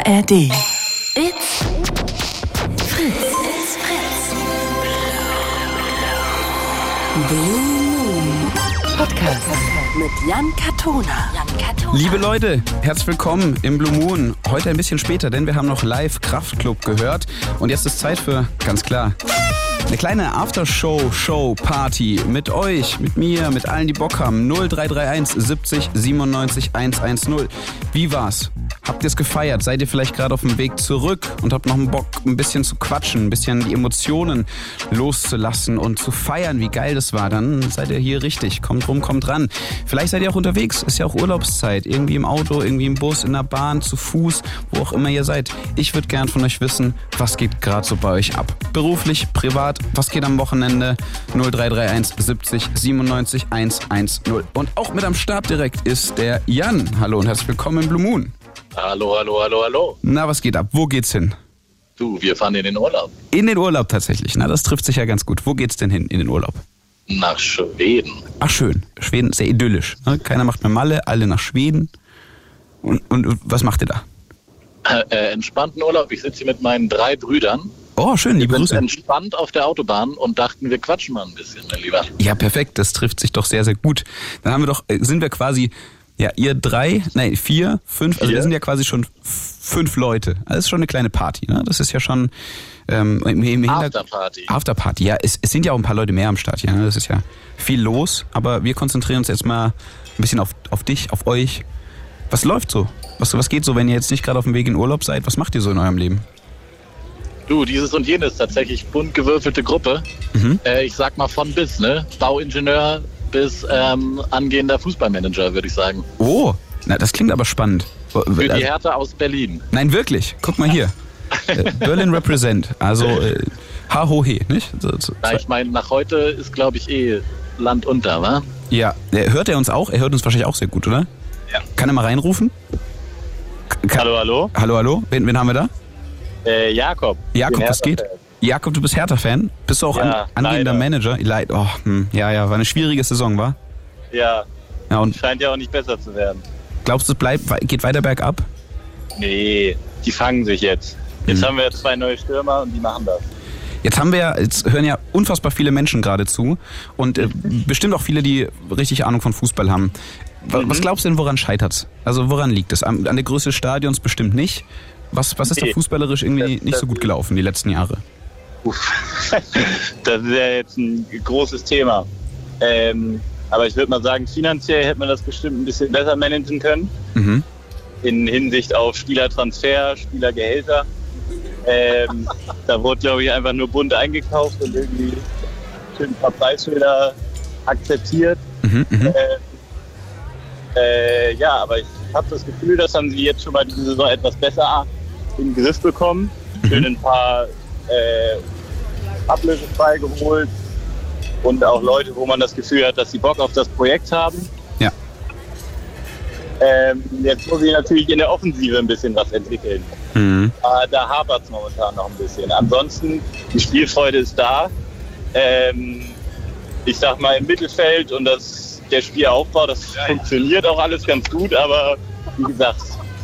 ARD. It's Fritz. It's Fritz. Blue Moon Podcast mit Jan Katona. Liebe Leute, herzlich willkommen im Blue Moon. Heute ein bisschen später, denn wir haben noch live Kraftklub gehört. Und jetzt ist Zeit für, ganz klar, eine kleine Aftershow-Party mit euch, mit mir, mit allen, die Bock haben. 0331 70 97 110. Wie war's? Habt ihr es gefeiert? Seid ihr vielleicht gerade auf dem Weg zurück und habt noch einen Bock, ein bisschen zu quatschen, ein bisschen die Emotionen loszulassen und zu feiern, wie geil das war? Dann seid ihr hier richtig. Kommt rum, kommt ran. Vielleicht seid ihr auch unterwegs. Ist ja auch Urlaubszeit. Irgendwie im Auto, irgendwie im Bus, in der Bahn, zu Fuß, wo auch immer ihr seid. Ich würde gern von euch wissen, was geht gerade so bei euch ab? Beruflich, privat, was geht am Wochenende? 0331 70 97 110. Und auch mit am Start direkt ist der Jan. Hallo und herzlich willkommen im Blue Moon. Hallo. Na, was geht ab? Wo geht's hin? Du, wir fahren in den Urlaub. In den Urlaub tatsächlich. Na, das trifft sich ja ganz gut. Wo geht's denn hin in den Urlaub? Nach Schweden. Ach, schön. Schweden ist sehr idyllisch. Ne? Keiner macht mehr Malle, alle nach Schweden. Und was macht ihr da? Entspannten Urlaub. Ich sitze hier mit meinen 3 Brüdern. Oh, schön, liebe Wir Grüße. sind entspannt auf der Autobahn und dachten, wir quatschen mal ein bisschen, mein Lieber. Ja, perfekt. Das trifft sich doch sehr, sehr gut. Dann sind wir quasi... Ja, ihr 4, 5, also wir sind ja quasi schon 5 Leute. Also das ist schon eine kleine Party, ne? Das ist ja schon Afterparty. Afterparty, ja. Es sind ja auch ein paar Leute mehr am Start hier, ne? Das ist ja viel los, aber wir konzentrieren uns jetzt mal ein bisschen auf dich, auf euch. Was läuft so? Was geht so, wenn ihr jetzt nicht gerade auf dem Weg in Urlaub seid? Was macht ihr so in eurem Leben? Du, dieses und jenes, tatsächlich bunt gewürfelte Gruppe. Ich sag mal von bis, ne? Bauingenieur bis angehender Fußballmanager, würde ich sagen. Oh, na, das klingt aber spannend. Für die Hertha aus Berlin. Nein, wirklich. Guck mal hier. Berlin Represent. Also H-Ho-He, nicht? Na, ich meine, nach heute ist, glaube ich, Land unter, wa? Ja, hört er uns auch? Er hört uns wahrscheinlich auch sehr gut, oder? Ja. Kann er mal reinrufen? Hallo? Hallo? Wen haben wir da? Jakob. Jakob, was geht? Jakob, du bist Hertha-Fan? Bist du auch angehender Manager? Ja, war eine schwierige Saison, wa? Ja, und scheint ja auch nicht besser zu werden. Glaubst du, geht weiter bergab? Nee, die fangen sich jetzt. Jetzt haben wir 2 neue Stürmer und die machen das. Jetzt hören ja unfassbar viele Menschen gerade zu und bestimmt auch viele, die richtig Ahnung von Fußball haben. Was glaubst du denn, woran scheitert's? Also woran liegt es? An der Größe des Stadions bestimmt nicht. Was ist da fußballerisch irgendwie nicht so gut gelaufen die letzten Jahre? Das ist ja jetzt ein großes Thema. Aber ich würde mal sagen, finanziell hätte man das bestimmt ein bisschen besser managen können. In Hinsicht auf Spielertransfer, Spielergehälter. Da wurde, glaube ich, einfach nur bunt eingekauft und irgendwie ein paar Preisschilder akzeptiert. Aber ich habe das Gefühl, das haben sie jetzt schon mal diese Saison etwas besser in den Griff bekommen. Schön ein paar Ablöse freigeholt und auch Leute, wo man das Gefühl hat, dass sie Bock auf das Projekt haben. Ja. Jetzt muss ich natürlich in der Offensive ein bisschen was entwickeln. Da hapert es momentan noch ein bisschen. Ansonsten, die Spielfreude ist da. Ich sag mal, im Mittelfeld und der Spielaufbau, das funktioniert auch alles ganz gut, aber wie gesagt,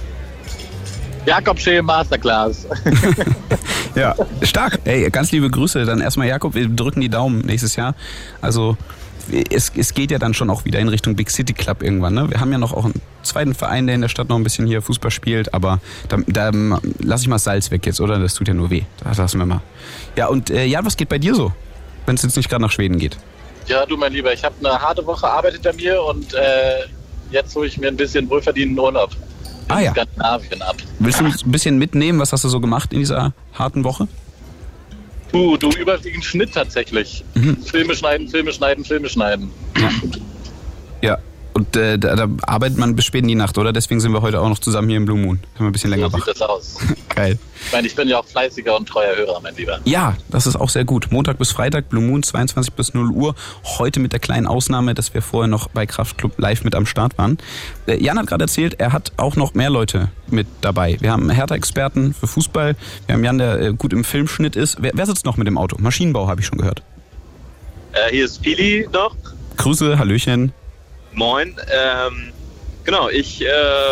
Jakob Scheel Masterclass. Ja, stark. Ey, ganz liebe Grüße. Dann erstmal Jakob, wir drücken die Daumen nächstes Jahr. Also es geht ja dann schon auch wieder in Richtung Big City Club irgendwann. Ne? Wir haben ja noch auch einen zweiten Verein, der in der Stadt noch ein bisschen hier Fußball spielt, aber da lass ich mal Salz weg jetzt, oder? Das tut ja nur weh. Das lassen wir mal. Ja, und Jan, was geht bei dir so, wenn es jetzt nicht gerade nach Schweden geht? Ja, du mein Lieber, ich habe eine harte Woche Arbeit hinter mir und jetzt hole ich mir ein bisschen wohlverdienten Urlaub in Skandinavien ab. Willst du mich ein bisschen mitnehmen? Was hast du so gemacht in dieser harten Woche? Du überwiegend Schnitt tatsächlich. Filme schneiden. Ja. Und da arbeitet man bis spät in die Nacht, oder? Deswegen sind wir heute auch noch zusammen hier im Blue Moon. Sind wir ein bisschen länger wach. So sieht das aus. Geil. Ich meine, ich bin ja auch fleißiger und treuer Hörer, mein Lieber. Ja, das ist auch sehr gut. Montag bis Freitag, Blue Moon, 22 bis 0 Uhr. Heute mit der kleinen Ausnahme, dass wir vorher noch bei Kraftklub live mit am Start waren. Jan hat gerade erzählt, er hat auch noch mehr Leute mit dabei. Wir haben Hertha-Experten für Fußball. Wir haben Jan, der gut im Filmschnitt ist. Wer sitzt noch mit dem Auto? Maschinenbau, habe ich schon gehört. Hier ist Pili noch. Grüße, Hallöchen. Moin. Genau, ich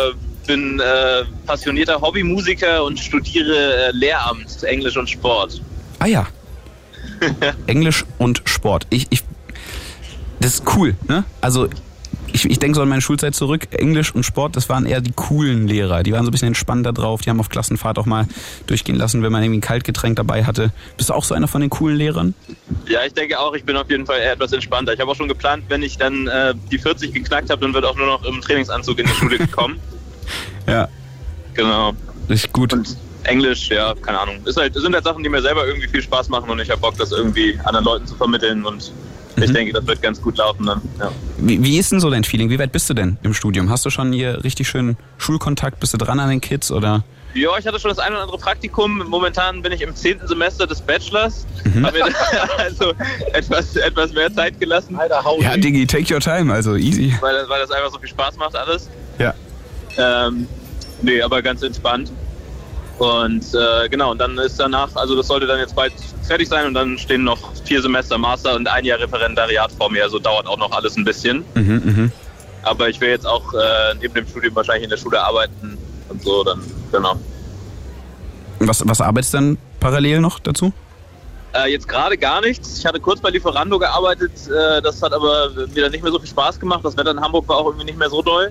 bin passionierter Hobbymusiker und studiere Lehramt, Englisch und Sport. Ah ja. Englisch und Sport. Das ist cool, ne? Also ich denke so an meine Schulzeit zurück. Englisch und Sport, das waren eher die coolen Lehrer. Die waren so ein bisschen entspannter drauf. Die haben auf Klassenfahrt auch mal durchgehen lassen, wenn man irgendwie ein Kaltgetränk dabei hatte. Bist du auch so einer von den coolen Lehrern? Ja, ich denke auch, ich bin auf jeden Fall eher etwas entspannter. Ich habe auch schon geplant, wenn ich dann die 40 geknackt habe, dann wird auch nur noch im Trainingsanzug in die Schule gekommen. Ja. Genau. Richtig gut. Und Englisch, ja, keine Ahnung. Sind halt Sachen, die mir selber irgendwie viel Spaß machen und ich habe Bock, das irgendwie anderen Leuten zu vermitteln und ich denke, das wird ganz gut laufen dann. Ja. Wie ist denn so dein Feeling? Wie weit bist du denn im Studium? Hast du schon hier richtig schön Schulkontakt? Bist du dran an den Kids oder? Ja, ich hatte schon das ein oder andere Praktikum. Momentan bin ich im 10. Semester des Bachelors. Habe mir also etwas mehr Zeit gelassen. Alter, hau Ja, Diggi, take your time, also easy. Weil das einfach so viel Spaß macht alles. Ja. Nee, aber ganz entspannt. Und genau, und dann ist danach, also das sollte dann jetzt bald fertig sein und dann stehen noch 4 Semester Master und 1 Jahr Referendariat vor mir, also dauert auch noch alles ein bisschen. Aber ich will jetzt auch neben dem Studium wahrscheinlich in der Schule arbeiten und so, dann, genau. Was arbeitest du dann parallel noch dazu? Jetzt gerade gar nichts. Ich hatte kurz bei Lieferando gearbeitet, das hat aber wieder nicht mehr so viel Spaß gemacht. Das Wetter in Hamburg war auch irgendwie nicht mehr so doll.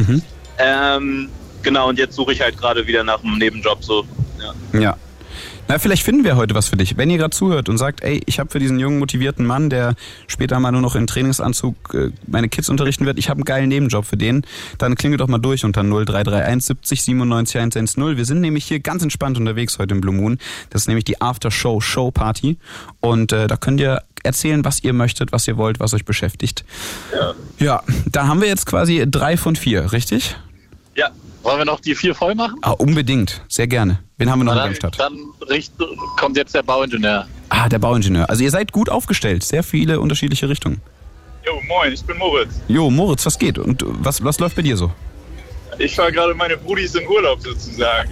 Genau, und jetzt suche ich halt gerade wieder nach einem Nebenjob so. Ja. Na, vielleicht finden wir heute was für dich. Wenn ihr gerade zuhört und sagt, ey, ich habe für diesen jungen, motivierten Mann, der später mal nur noch in Trainingsanzug meine Kids unterrichten wird, ich habe einen geilen Nebenjob für den, dann klingelt doch mal durch unter 0331 70 97 110. Wir sind nämlich hier ganz entspannt unterwegs heute im Blue Moon. Das ist nämlich die After-Show-Party. Und da könnt ihr erzählen, was ihr möchtet, was ihr wollt, was euch beschäftigt. Ja, da haben wir jetzt quasi 3 von 4, richtig? Ja. Wollen wir noch die 4 voll machen? Ah, unbedingt. Sehr gerne. Wen haben wir noch in der Stadt? Dann kommt jetzt der Bauingenieur. Ah, der Bauingenieur. Also ihr seid gut aufgestellt. Sehr viele unterschiedliche Richtungen. Jo, moin, ich bin Moritz. Jo, Moritz, was geht? Und was läuft bei dir so? Ich fahre gerade meine Brudis in Urlaub sozusagen.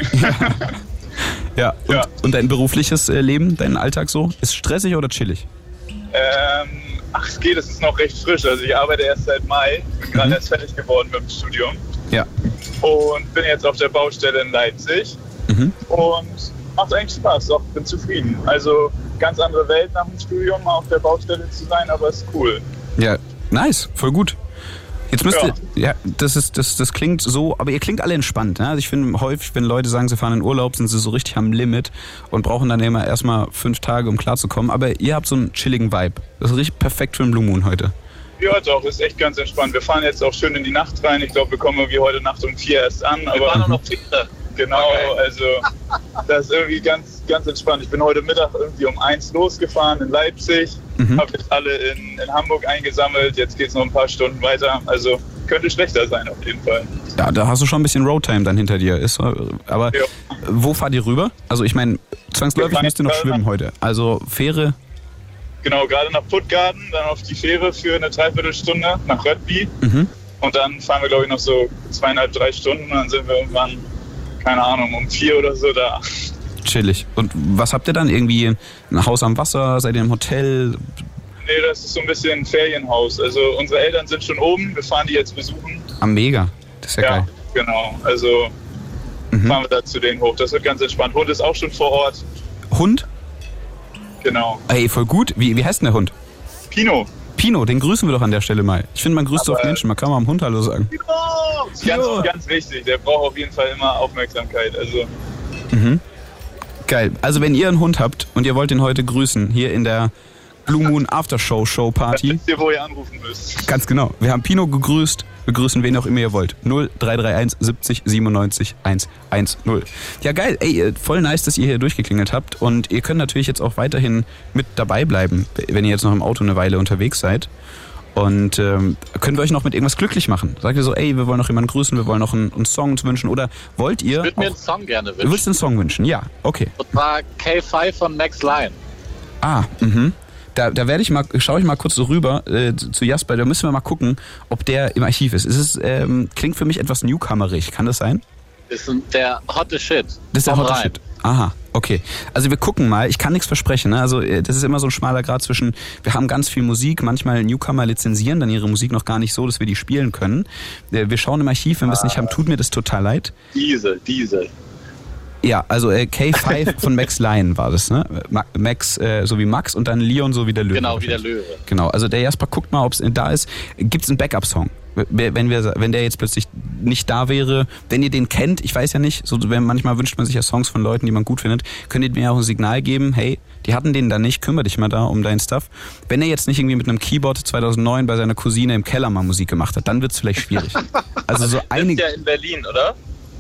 Ja. Und dein berufliches Leben, dein Alltag so? Ist stressig oder chillig? Es geht, es ist noch recht frisch. Also ich arbeite erst seit Mai, bin gerade erst fertig geworden mit dem Studium. Ja. Und bin jetzt auf der Baustelle in Leipzig. Und macht eigentlich Spaß, doch, bin zufrieden. Also ganz andere Welt nach dem Studium, auf der Baustelle zu sein, aber ist cool. Ja, nice, voll gut. Jetzt müsst ihr, das klingt so, aber ihr klingt alle entspannt. Ne? Also ich finde häufig, wenn Leute sagen, sie fahren in Urlaub, sind sie so richtig am Limit und brauchen dann immer erstmal 5 Tage, um klarzukommen. Aber ihr habt so einen chilligen Vibe. Das ist richtig perfekt für den Blue Moon heute. Ja, doch, ist echt ganz entspannt. Wir fahren jetzt auch schön in die Nacht rein. Ich glaube, wir kommen irgendwie heute Nacht um 4 erst an. Wir waren auch noch Pflichter. Genau, also das ist irgendwie ganz, ganz entspannt. Ich bin heute Mittag irgendwie um 1 losgefahren in Leipzig, habe jetzt alle in Hamburg eingesammelt, jetzt geht es noch ein paar Stunden weiter, also könnte schlechter sein auf jeden Fall. Ja, da hast du schon ein bisschen Roadtime dann hinter dir. Aber wo fahrt ihr rüber? Also ich meine, zwangsläufig müsst ihr noch schwimmen heute, also Fähre? Genau, gerade nach Puttgarden, dann auf die Fähre für eine Dreiviertelstunde nach Röttby und dann fahren wir glaube ich noch so 2,5, 3 Stunden und dann sind wir irgendwann, keine Ahnung, um 4 oder so da. Chillig. Und was habt ihr dann? Irgendwie ein Haus am Wasser? Seid ihr im Hotel? Nee, das ist so ein bisschen ein Ferienhaus. Also unsere Eltern sind schon oben, wir fahren die jetzt besuchen. Ah, mega. Das ist ja geil. Genau. Also fahren wir da zu denen hoch. Das wird ganz entspannt. Hund ist auch schon vor Ort. Hund? Genau. Ey, voll gut. Wie heißt denn der Hund? Pino. Pino, den grüßen wir doch an der Stelle mal. Ich finde, man grüßt auf Menschen, man kann mal am Hund Hallo sagen. Pino! Ganz wichtig, der braucht auf jeden Fall immer Aufmerksamkeit. Also. Geil. Also wenn ihr einen Hund habt und ihr wollt ihn heute grüßen, hier in der Blue Moon After-Show Party. Wisst ihr, wo ihr anrufen müsst. Ganz genau. Wir haben Pino gegrüßt. Wir grüßen wen auch immer ihr wollt. 0331 70 97 110. Ja, geil. Ey, voll nice, dass ihr hier durchgeklingelt habt. Und ihr könnt natürlich jetzt auch weiterhin mit dabei bleiben, wenn ihr jetzt noch im Auto eine Weile unterwegs seid. Und können wir euch noch mit irgendwas glücklich machen? Sagt ihr so, ey, wir wollen noch jemanden grüßen, wir wollen noch einen Song uns wünschen. Oder wollt ihr... Ich würde mir einen Song gerne wünschen. Du willst einen Song wünschen? Ja, okay. Und zwar K5 von Max Lion. Ah, Da schaue ich mal kurz so rüber zu Jasper, da müssen wir mal gucken, ob der im Archiv ist. Klingt für mich etwas newcomerig, kann das sein? Ist der hotte Shit. Das ist der hotte Shit. Aha, Okay, also wir gucken mal, ich kann nichts versprechen, ne? Also das ist immer so ein schmaler Grad zwischen, wir haben ganz viel Musik, manchmal Newcomer lizenzieren dann ihre Musik noch gar nicht so, dass wir die spielen können. Wir schauen im Archiv, wenn wir es nicht haben, tut mir das total leid. Diese. Ja, also K5 von Max Lion war das, ne? Max so wie Max und dann Leon so wie der Löwe. Genau, wie der Löwe. Genau, also der Jasper guckt mal, ob es da ist. Gibt es einen Backup-Song? Wenn der jetzt plötzlich nicht da wäre, wenn ihr den kennt, ich weiß ja nicht, so manchmal wünscht man sich ja Songs von Leuten, die man gut findet, könnt ihr mir auch ein Signal geben, hey, die hatten den da nicht, kümmere dich mal da um dein Stuff. Wenn er jetzt nicht irgendwie mit einem Keyboard 2009 bei seiner Cousine im Keller mal Musik gemacht hat, dann wird's vielleicht schwierig. Also so einige. Das ist ja in Berlin, oder?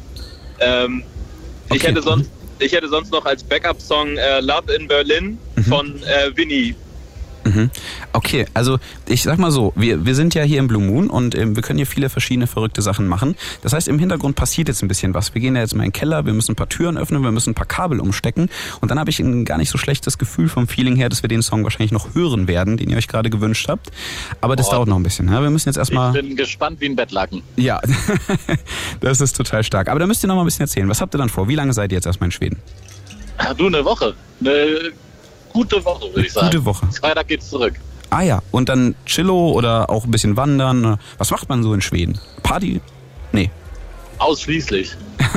Okay. Ich hätte sonst noch als Backup-Song Love in Berlin von Winnie. Okay, also ich sag mal so, wir sind ja hier im Blue Moon und wir können hier viele verschiedene verrückte Sachen machen. Das heißt, im Hintergrund passiert jetzt ein bisschen was. Wir gehen ja jetzt mal in den Keller, wir müssen ein paar Türen öffnen, wir müssen ein paar Kabel umstecken und dann habe ich ein gar nicht so schlechtes Gefühl vom Feeling her, dass wir den Song wahrscheinlich noch hören werden, den ihr euch gerade gewünscht habt. Aber das dauert noch ein bisschen. Ja? Wir müssen jetzt erstmal... Ich bin gespannt wie ein Bettlaken. Ja, das ist total stark. Aber da müsst ihr noch mal ein bisschen erzählen. Was habt ihr dann vor? Wie lange seid ihr jetzt erstmal in Schweden? Du, eine Woche. Eine gute Woche, würde ich sagen. Gute Woche. Freitag geht's zurück. Ah ja, und dann Chillo oder auch ein bisschen wandern. Was macht man so in Schweden? Party? Nee. Ausschließlich.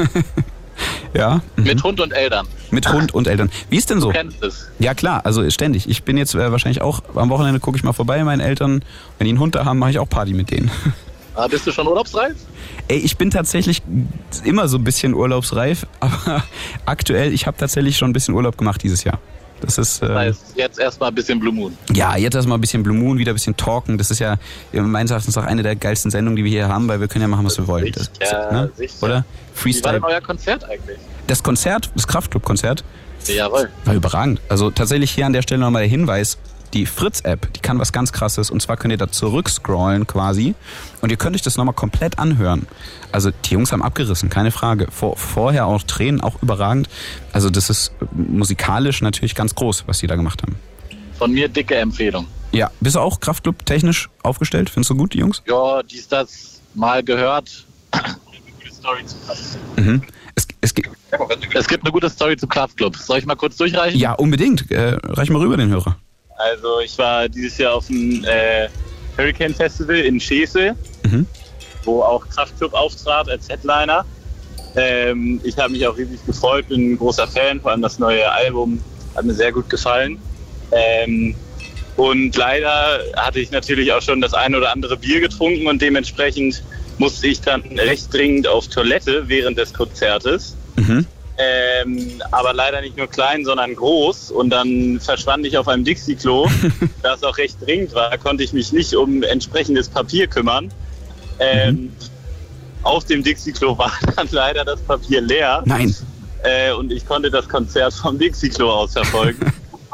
Ja. Mit Hund und Eltern. Mit Hund und Eltern. Wie ist denn so? Du kennst es. Ja klar, also ständig. Ich bin jetzt wahrscheinlich auch, am Wochenende gucke ich mal vorbei meinen Eltern. Wenn die einen Hund da haben, mache ich auch Party mit denen. Bist du schon urlaubsreif? Ey, ich bin tatsächlich immer so ein bisschen urlaubsreif, aber aktuell, ich habe tatsächlich schon ein bisschen Urlaub gemacht dieses Jahr. Das ist, das heißt, jetzt erstmal ein bisschen Blue Moon. Ja, jetzt erstmal ein bisschen Blue Moon, wieder ein bisschen talken. Das ist ja meines Erachtens auch eine der geilsten Sendungen, die wir hier haben, weil wir können ja machen, was wir wollen. Sicher, ne? sicher. Oder? Wie Freestyle. war denn euer Konzert eigentlich? Das Konzert, das Kraftclub-Konzert, Jawohl. war überragend. Also tatsächlich hier an der Stelle nochmal der Hinweis, die Fritz-App, die kann was ganz Krasses und zwar könnt ihr da zurückscrollen quasi und ihr könnt euch das nochmal komplett anhören. Also die Jungs haben abgerissen, keine Frage. Vorher auch Tränen, auch überragend. Also das ist musikalisch natürlich ganz groß, was die da gemacht haben. Von mir dicke Empfehlung. Ja, bist du auch Kraftclub technisch aufgestellt? Findest du gut, die Jungs? Ja, das mal gehört. Eine gute Story zu Kraftclub. Mhm. Es gibt eine gute Story zu Kraftclub. Soll ich mal kurz durchreichen? Ja, unbedingt. Reich mal rüber den Hörer. Also ich war dieses Jahr auf dem Hurricane Festival in Schesel, wo auch Kraftclub auftrat als Headliner. Ich habe mich auch riesig gefreut, bin ein großer Fan, vor allem das neue Album hat mir sehr gut gefallen. Und leider hatte ich natürlich auch schon das ein oder andere Bier getrunken und dementsprechend musste ich dann recht dringend auf Toilette während des Konzertes. Aber leider nicht nur klein, sondern groß. Und dann verschwand ich auf einem Dixie-Klo. Da es auch recht dringend war, konnte ich mich nicht um entsprechendes Papier kümmern. Auf dem Dixie-Klo war dann leider das Papier leer. Nein. Und ich konnte das Konzert vom Dixie-Klo aus verfolgen.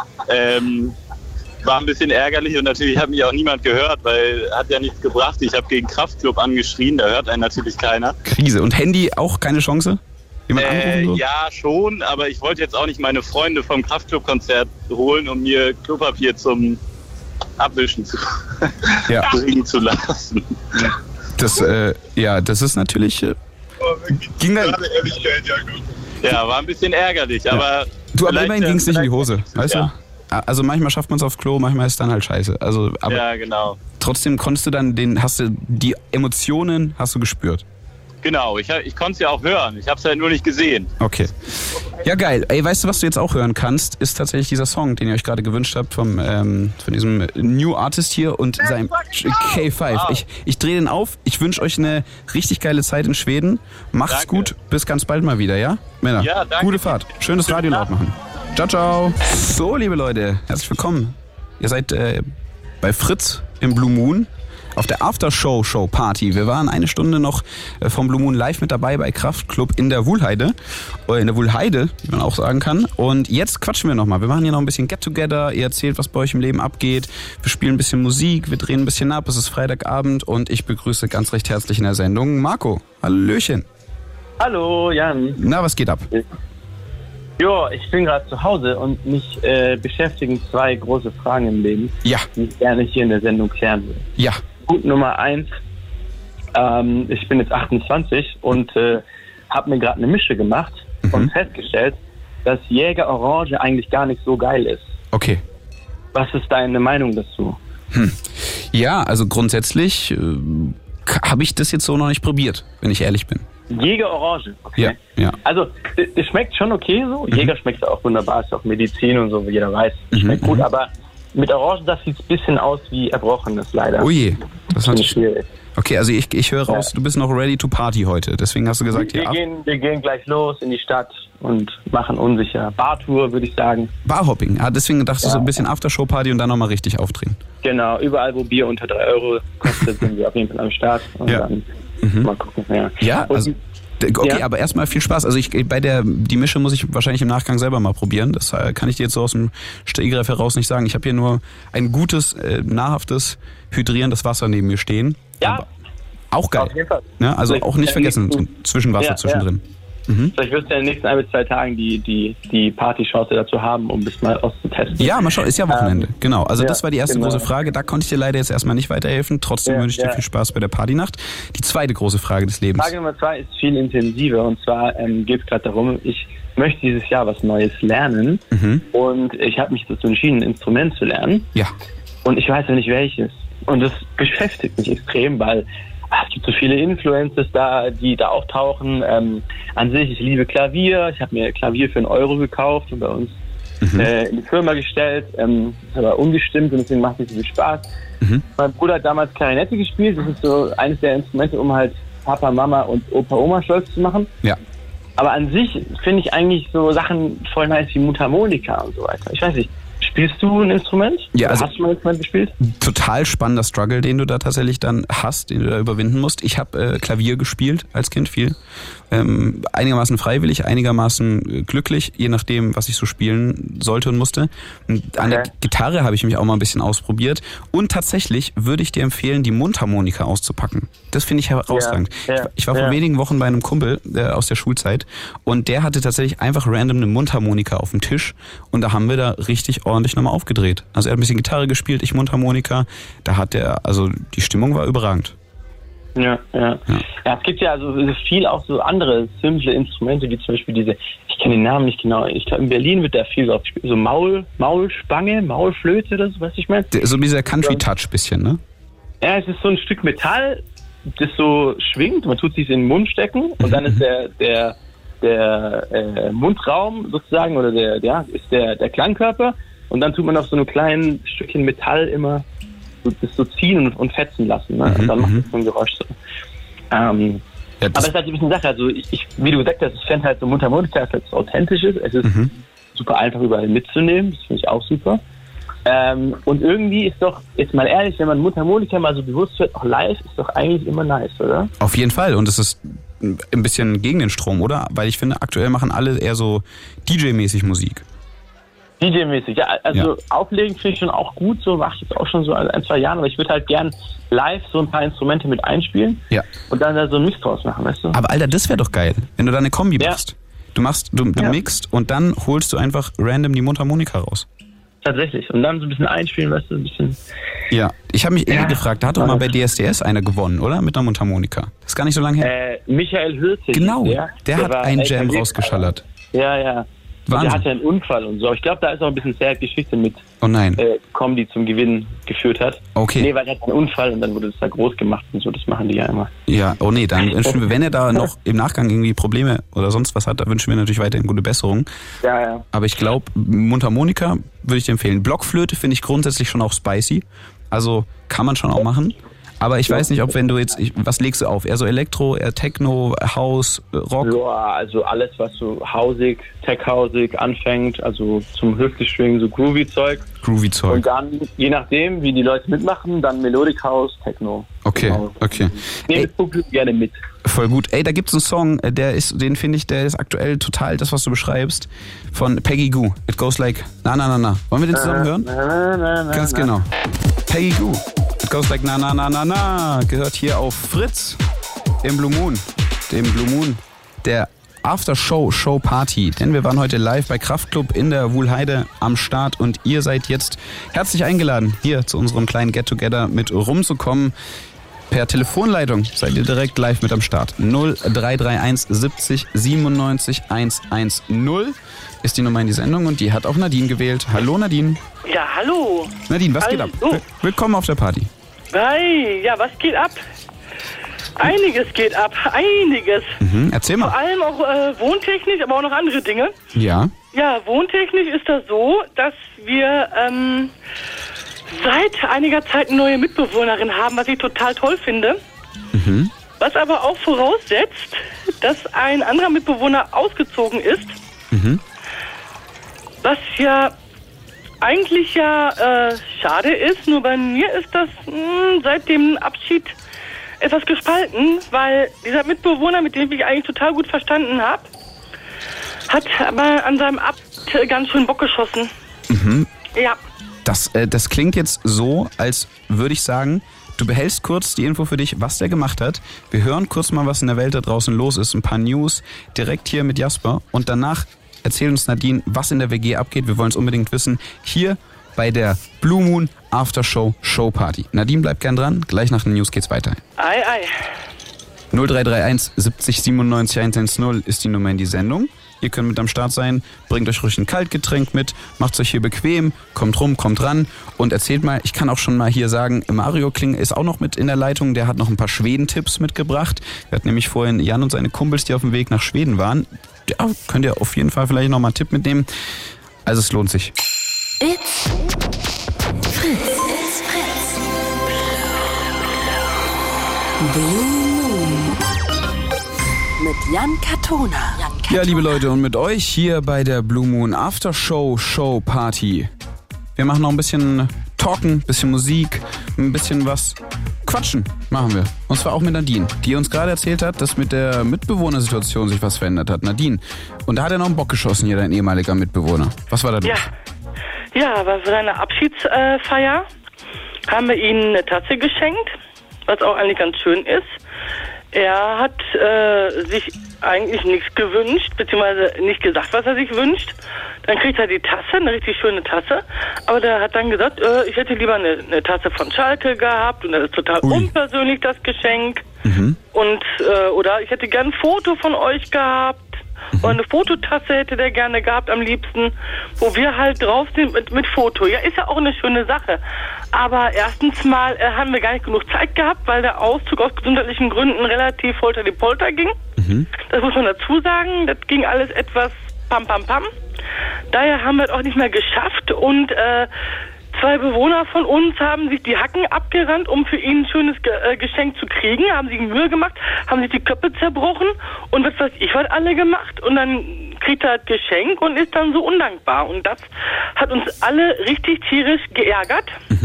War ein bisschen ärgerlich und natürlich hat mich auch niemand gehört, weil hat ja nichts gebracht. Ich habe gegen Kraftclub angeschrien, da hört einen natürlich keiner. Krise. Und Handy auch keine Chance? So? Ja, schon, aber ich wollte jetzt auch nicht meine Freunde vom Kraftclub-Konzert holen, um mir Klopapier zum Abwischen zu bringen zu lassen. Das, das ist natürlich... ging dann, ja, war ein bisschen ärgerlich, aber... Du, aber immerhin ging es nicht in die Hose, weißt du? Also manchmal schafft man es aufs Klo, manchmal ist es dann halt scheiße. Also, aber ja, genau. Trotzdem konntest du dann die Emotionen hast du gespürt. Genau, ich konnte es ja auch hören. Ich habe es halt nur nicht gesehen. Okay. Ja, geil. Ey, weißt du, was du jetzt auch hören kannst, ist tatsächlich dieser Song, den ihr euch gerade gewünscht habt von diesem New Artist hier und seinem K5. Wow. Ich drehe den auf. Ich wünsche euch eine richtig geile Zeit in Schweden. Macht's gut. Bis ganz bald mal wieder, ja? Männer, ja, danke. Gute Fahrt. Schönes Radio laut machen. Ciao, ciao. So, liebe Leute, herzlich willkommen. Ihr seid bei Fritz im Blue Moon. Auf der Aftershow-Party. Wir waren eine Stunde noch vom Blue Moon live mit dabei bei Kraftclub in der Wuhlheide. Oder in der Wuhlheide, wie man auch sagen kann. Und jetzt quatschen wir nochmal. Wir machen hier noch ein bisschen Get-Together. Ihr erzählt, was bei euch im Leben abgeht. Wir spielen ein bisschen Musik. Wir drehen ein bisschen ab. Es ist Freitagabend und ich begrüße ganz recht herzlich in der Sendung Marco. Hallöchen. Hallo, Jan. Na, was geht ab? Jo, ich bin gerade zu Hause und mich beschäftigen zwei große Fragen im Leben, ja, die ich gerne hier in der Sendung klären will. Ja. Punkt Nummer 1, ich bin jetzt 28 und habe mir gerade eine Mische gemacht und festgestellt, dass Jäger Orange eigentlich gar nicht so geil ist. Okay. Was ist deine Meinung dazu? Ja, also grundsätzlich habe ich das jetzt so noch nicht probiert, wenn ich ehrlich bin. Jäger Orange, okay. Ja. Also, es schmeckt schon okay so. Jäger schmeckt auch wunderbar, ist auch Medizin und so, wie jeder weiß. Schmeckt gut, aber mit Orange, das sieht ein bisschen aus wie Erbrochenes, leider. Oh je, das ist schwierig. Okay, also ich höre raus, du bist noch ready to party heute. Deswegen hast du gesagt, wir gehen gleich los in die Stadt und machen unsicher. Bartour, würde ich sagen. Barhopping. Deswegen dachtest du so ein bisschen Aftershow-Party und dann nochmal richtig aufdrehen. Genau, überall, wo Bier unter 3 Euro kostet, sind wir auf jeden Fall am Start. Und dann mal gucken. Ja, also... Okay, aber erstmal viel Spaß. Also die Mische muss ich wahrscheinlich im Nachgang selber mal probieren. Das kann ich dir jetzt so aus dem Stegreif heraus nicht sagen. Ich habe hier nur ein gutes, nahrhaftes, hydrierendes Wasser neben mir stehen. Ja. Aber auch geil. Auf jeden Fall. Ja, also auch nicht vergessen, so Zwischenwasser zwischendrin. Vielleicht wirst du in den nächsten 1 bis 2 Tagen die Partychance dazu haben, um das mal auszutesten. Ja, mal schauen, ist ja Wochenende. Genau, also das war die erste große Frage. Da konnte ich dir leider jetzt erstmal nicht weiterhelfen. Trotzdem wünsche ich dir viel Spaß bei der Partynacht. Die zweite große Frage des Lebens. Frage Nummer 2 ist viel intensiver. Und zwar geht es gerade darum, ich möchte dieses Jahr was Neues lernen. Und ich habe mich dazu entschieden, ein Instrument zu lernen. Ja. Und ich weiß ja nicht welches. Und das beschäftigt mich extrem, weil es gibt so viele Influencers da, die da auftauchen. An sich, ich liebe Klavier. Ich habe mir Klavier für 1 Euro gekauft und bei uns in die Firma gestellt. Ist aber ungestimmt und deswegen macht es so viel Spaß. Mein Bruder hat damals Klarinette gespielt. Das ist so eines der Instrumente, um halt Papa, Mama und Opa, Oma stolz zu machen. Ja. Aber an sich finde ich eigentlich so Sachen voll nice wie Mundharmonika und so weiter. Ich weiß nicht. Spielst du ein Instrument? Ja, also hast du mal ein Instrument gespielt? Total spannender Struggle, den du da tatsächlich dann hast, den du da überwinden musst. Ich habe Klavier gespielt als Kind viel. Einigermaßen freiwillig, einigermaßen glücklich, je nachdem, was ich so spielen sollte und musste. Und an der Gitarre habe ich mich auch mal ein bisschen ausprobiert. Und tatsächlich würde ich dir empfehlen, die Mundharmonika auszupacken. Das finde ich herausragend. Ich war vor wenigen Wochen bei einem Kumpel aus der Schulzeit und der hatte tatsächlich einfach random eine Mundharmonika auf dem Tisch und da haben wir da richtig ordentlich nochmal aufgedreht. Also er hat ein bisschen Gitarre gespielt, ich Mundharmonika. Da hat also die Stimmung war überragend. Ja, es gibt ja also viel auch so andere simple Instrumente, wie zum Beispiel diese, ich kenne den Namen nicht genau, ich glaube in Berlin wird da viel drauf gespielt, so Maulspange, Maulflöte oder so, was ich meine. So dieser Country-Touch bisschen, ne? Ja, es ist so ein Stück Metall, das so schwingt, man tut sich in den Mund stecken und dann ist der Mundraum sozusagen oder ist der Klangkörper und dann tut man auf so einem kleinen Stückchen Metall immer das so ziehen und fetzen lassen. Ne? Und dann macht es so ein Geräusch so. Aber es ist halt ein bisschen Sache. Also ich wie du gesagt hast, ich fände halt so Mundharmonika, dass es authentisch ist. Es ist super einfach überall mitzunehmen. Das finde ich auch super. Und irgendwie ist doch, jetzt mal ehrlich, wenn man Mundharmonika mal so bewusst hört, auch live, ist doch eigentlich immer nice, oder? Auf jeden Fall. Und es ist ein bisschen gegen den Strom, oder? Weil ich finde, aktuell machen alle eher so DJ-mäßig Musik. DJ-mäßig, ja, also auflegen finde ich schon auch gut, so mache ich jetzt auch schon so 1-2 Jahren, aber ich würde halt gern live so ein paar Instrumente mit einspielen und dann da so einen Mix draus machen, weißt du? Aber Alter, das wäre doch geil, wenn du da eine Kombi machst. Du mixt und dann holst du einfach random die Mundharmonika raus. Tatsächlich, und dann so ein bisschen einspielen, weißt du, ein bisschen... Ja, ich habe mich gefragt, da hat doch mal bei DSDS einer gewonnen, oder? Mit einer Mundharmonika. Das ist gar nicht so lange her. Michael Hürzig. Genau, der hat einen Jam rausgeschallert. Ja. Wahnsinn. Der hatte einen Unfall und so. Ich glaube, da ist auch ein bisschen sehr Geschichte mit Kombi, die zum Gewinn geführt hat. Okay. Nee, weil er hat einen Unfall und dann wurde das da groß gemacht und so. Das machen die ja immer. Ja, oh nee, dann wünschen wir, wenn er da noch im Nachgang irgendwie Probleme oder sonst was hat, da wünschen wir natürlich weiterhin gute Besserung. Ja. Aber ich glaube, Mundharmonika würde ich dir empfehlen. Blockflöte finde ich grundsätzlich schon auch spicy. Also kann man schon auch machen. Aber ich weiß nicht, ob wenn du jetzt, was legst du auf? Eher so Elektro, eher Techno, House, Rock? Ja, also alles, was so hausig, tech-hausig anfängt, also zum Hüfteschwingen, so Groovy-Zeug. Und dann, je nachdem, wie die Leute mitmachen, dann Melodic House, Techno. Okay. Nehmt das Publikum gerne mit. Voll gut. Ey, da gibt's einen Song, den finde ich, der ist aktuell total das, was du beschreibst, von Peggy Gou. It goes like, na. Wollen wir den zusammen hören? Ganz genau. Peggy Gou. It goes like, na. Gehört hier auf Fritz im Blue Moon. Dem Blue Moon der After-Show-Party. Denn wir waren heute live bei Kraftklub in der Wuhlheide am Start und ihr seid jetzt herzlich eingeladen, hier zu unserem kleinen Get-Together mit rumzukommen. Per Telefonleitung seid ihr direkt live mit am Start. 0331 70 97 110 ist die Nummer in die Sendung und die hat auch Nadine gewählt. Hallo Nadine. Ja, hallo. Nadine, was geht ab? Willkommen auf der Party. Hey, ja, was geht ab? Einiges geht ab, einiges. Erzähl mal. Vor allem auch wohntechnisch, aber auch noch andere Dinge. Ja. Ja, wohntechnisch ist das so, dass wir seit einiger Zeit eine neue Mitbewohnerin haben, was ich total toll finde. Was aber auch voraussetzt, dass ein anderer Mitbewohner ausgezogen ist. Was ja eigentlich schade ist, nur bei mir ist das seit dem Abschied etwas gespalten, weil dieser Mitbewohner, mit dem ich mich eigentlich total gut verstanden habe, hat aber an seinem Abend ganz schön Bock geschossen. Ja. Das klingt jetzt so, als würde ich sagen, du behältst kurz die Info für dich, was der gemacht hat. Wir hören kurz mal, was in der Welt da draußen los ist. Ein paar News direkt hier mit Jasper. Und danach erzählt uns Nadine, was in der WG abgeht. Wir wollen es unbedingt wissen. Hier bei der Blue Moon After Show Party. Nadine bleibt gern dran. Gleich nach den News geht's weiter. Ei, ei. 0331 70 97 110 ist die Nummer in die Sendung. Ihr könnt mit am Start sein, bringt euch ruhig ein Kaltgetränk mit, macht's euch hier bequem, kommt rum, kommt ran und erzählt mal, ich kann auch schon mal hier sagen, Mario Kling ist auch noch mit in der Leitung, der hat noch ein paar Schweden-Tipps mitgebracht. Wir hatten nämlich vorhin Jan und seine Kumpels, die auf dem Weg nach Schweden waren. Ja, könnt ihr auf jeden Fall vielleicht noch mal einen Tipp mitnehmen. Also es lohnt sich. It's Fritz. It's Fritz. Blue Moon. Mit Jan Katona. Ja, liebe Leute, und mit euch hier bei der Blue Moon After Show Party. Wir machen noch ein bisschen Talken, ein bisschen Musik, ein bisschen was Quatschen machen wir. Und zwar auch mit Nadine, die uns gerade erzählt hat, dass mit der Mitbewohnersituation sich was verändert hat. Nadine, und da hat er noch einen Bock geschossen, hier dein ehemaliger Mitbewohner. Was war da los? Ja, aber für seine Abschiedsfeier haben wir ihm eine Tasse geschenkt, was auch eigentlich ganz schön ist. Er hat sich eigentlich nichts gewünscht, beziehungsweise nicht gesagt, was er sich wünscht. Dann kriegt er die Tasse, eine richtig schöne Tasse. Aber der hat dann gesagt, ich hätte lieber eine Tasse von Schalke gehabt. Und das ist total unpersönlich, das Geschenk. Und oder ich hätte gern ein Foto von euch gehabt. Oder eine Fototasse hätte der gerne gehabt am liebsten, wo wir halt drauf sind mit Foto. Ja, ist ja auch eine schöne Sache. Aber erstens mal haben wir gar nicht genug Zeit gehabt, weil der Auszug aus gesundheitlichen Gründen relativ holter die Polter ging. Das muss man dazu sagen. Das ging alles etwas pam. Daher haben wir es auch nicht mehr geschafft und zwei Bewohner von uns haben sich die Hacken abgerannt, um für ihn ein schönes Geschenk zu kriegen, haben sich Mühe gemacht, haben sich die Köpfe zerbrochen und was weiß ich, was alle gemacht. Und dann kriegt er das Geschenk und ist dann so undankbar. Und das hat uns alle richtig tierisch geärgert.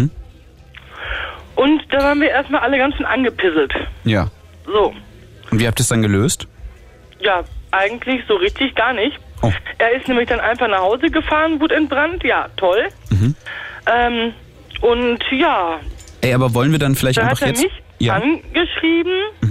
Und da waren wir erstmal alle ganz schön angepisselt. Ja. So. Und wie habt ihr es dann gelöst? Ja, eigentlich so richtig gar nicht. Oh. Er ist nämlich dann einfach nach Hause gefahren, wutentbrannt. Ja, toll. Und ja. Ey, aber wollen wir dann vielleicht da einfach hat er jetzt... mich angeschrieben,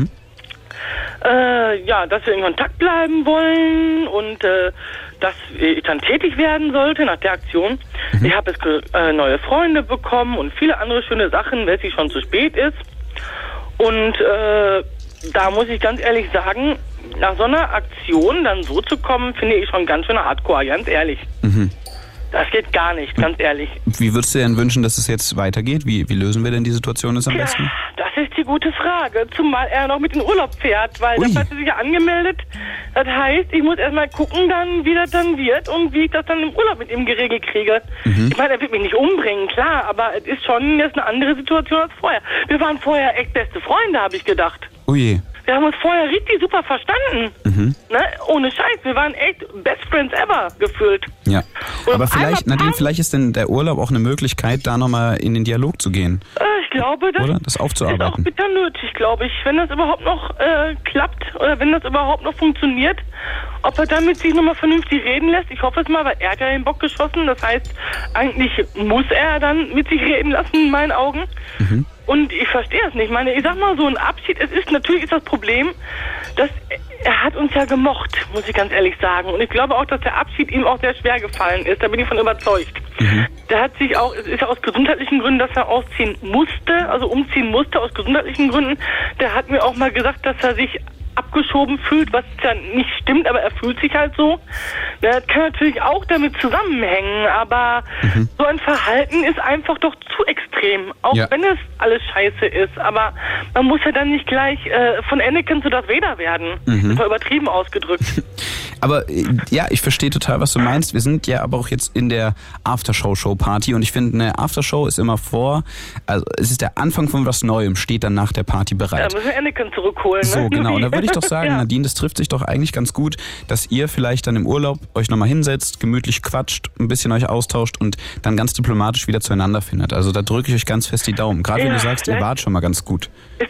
dass wir in Kontakt bleiben wollen und dass ich dann tätig werden sollte nach der Aktion. Ich habe jetzt neue Freunde bekommen und viele andere schöne Sachen, wenn es schon zu spät ist. Und da muss ich ganz ehrlich sagen, nach so einer Aktion dann so zu kommen, finde ich schon ganz schön hardcore, ganz ehrlich. Das geht gar nicht, ganz ehrlich. Wie würdest du denn wünschen, dass es jetzt weitergeht? Wie lösen wir denn die Situation jetzt am besten? Das ist die gute Frage. Zumal er noch mit in Urlaub fährt, weil das hat er sich ja angemeldet. Das heißt, ich muss erstmal gucken, dann, wie das dann wird und wie ich das dann im Urlaub mit ihm geregelt kriege. Ich meine, er wird mich nicht umbringen, klar, aber es ist schon jetzt eine andere Situation als vorher. Wir waren vorher echt beste Freunde, habe ich gedacht. Oh je. Wir haben uns vorher richtig super verstanden. Ne? Ohne Scheiß. Wir waren echt Best Friends ever gefühlt. Ja. Und aber vielleicht, Nadine, vielleicht ist denn der Urlaub auch eine Möglichkeit, da nochmal in den Dialog zu gehen. Ich glaube, das aufzuarbeiten. ist auch bitter nötig, glaube ich. Wenn das überhaupt noch klappt oder wenn das überhaupt noch funktioniert. ob er damit sich nochmal vernünftig reden lässt. Ich hoffe es mal, weil er hat ja den Bock geschossen. Das heißt, eigentlich muss er dann mit sich reden lassen, in meinen Augen. Mhm. Und ich verstehe es nicht. Ich meine, ich sag mal, so ein Abschied, natürlich ist das Problem, dass er hat uns ja gemocht, muss ich ganz ehrlich sagen. Und ich glaube auch, dass der Abschied ihm auch sehr schwer gefallen ist. Da bin ich von überzeugt. Mhm. Der hat sich auch, es ist ja aus gesundheitlichen Gründen, dass er umziehen musste aus gesundheitlichen Gründen. Der hat mir auch mal gesagt, dass er sich abgeschoben fühlt, was ja nicht stimmt, aber er fühlt sich halt so. Das kann natürlich auch damit zusammenhängen, aber so ein Verhalten ist einfach doch zu extrem, auch wenn es alles scheiße ist. Aber man muss ja dann nicht gleich von Anakin zu Darth Vader werden. Das war übertrieben ausgedrückt. Aber ja, ich verstehe total, was du meinst. Wir sind ja aber auch jetzt in der Aftershow-Show-Party und ich finde, eine Aftershow ist immer also es ist der Anfang von was Neuem, steht dann nach der Party bereit. Ja, müssen wir Anakin zurückholen. Ne? So, genau. Und da würde ich doch sagen, Nadine, das trifft sich doch eigentlich ganz gut, dass ihr vielleicht dann im Urlaub euch nochmal hinsetzt, gemütlich quatscht, ein bisschen euch austauscht und dann ganz diplomatisch wieder zueinander findet. Also da drücke ich euch ganz fest die Daumen. Gerade wenn du sagst, ihr wart schon mal ganz gut. Es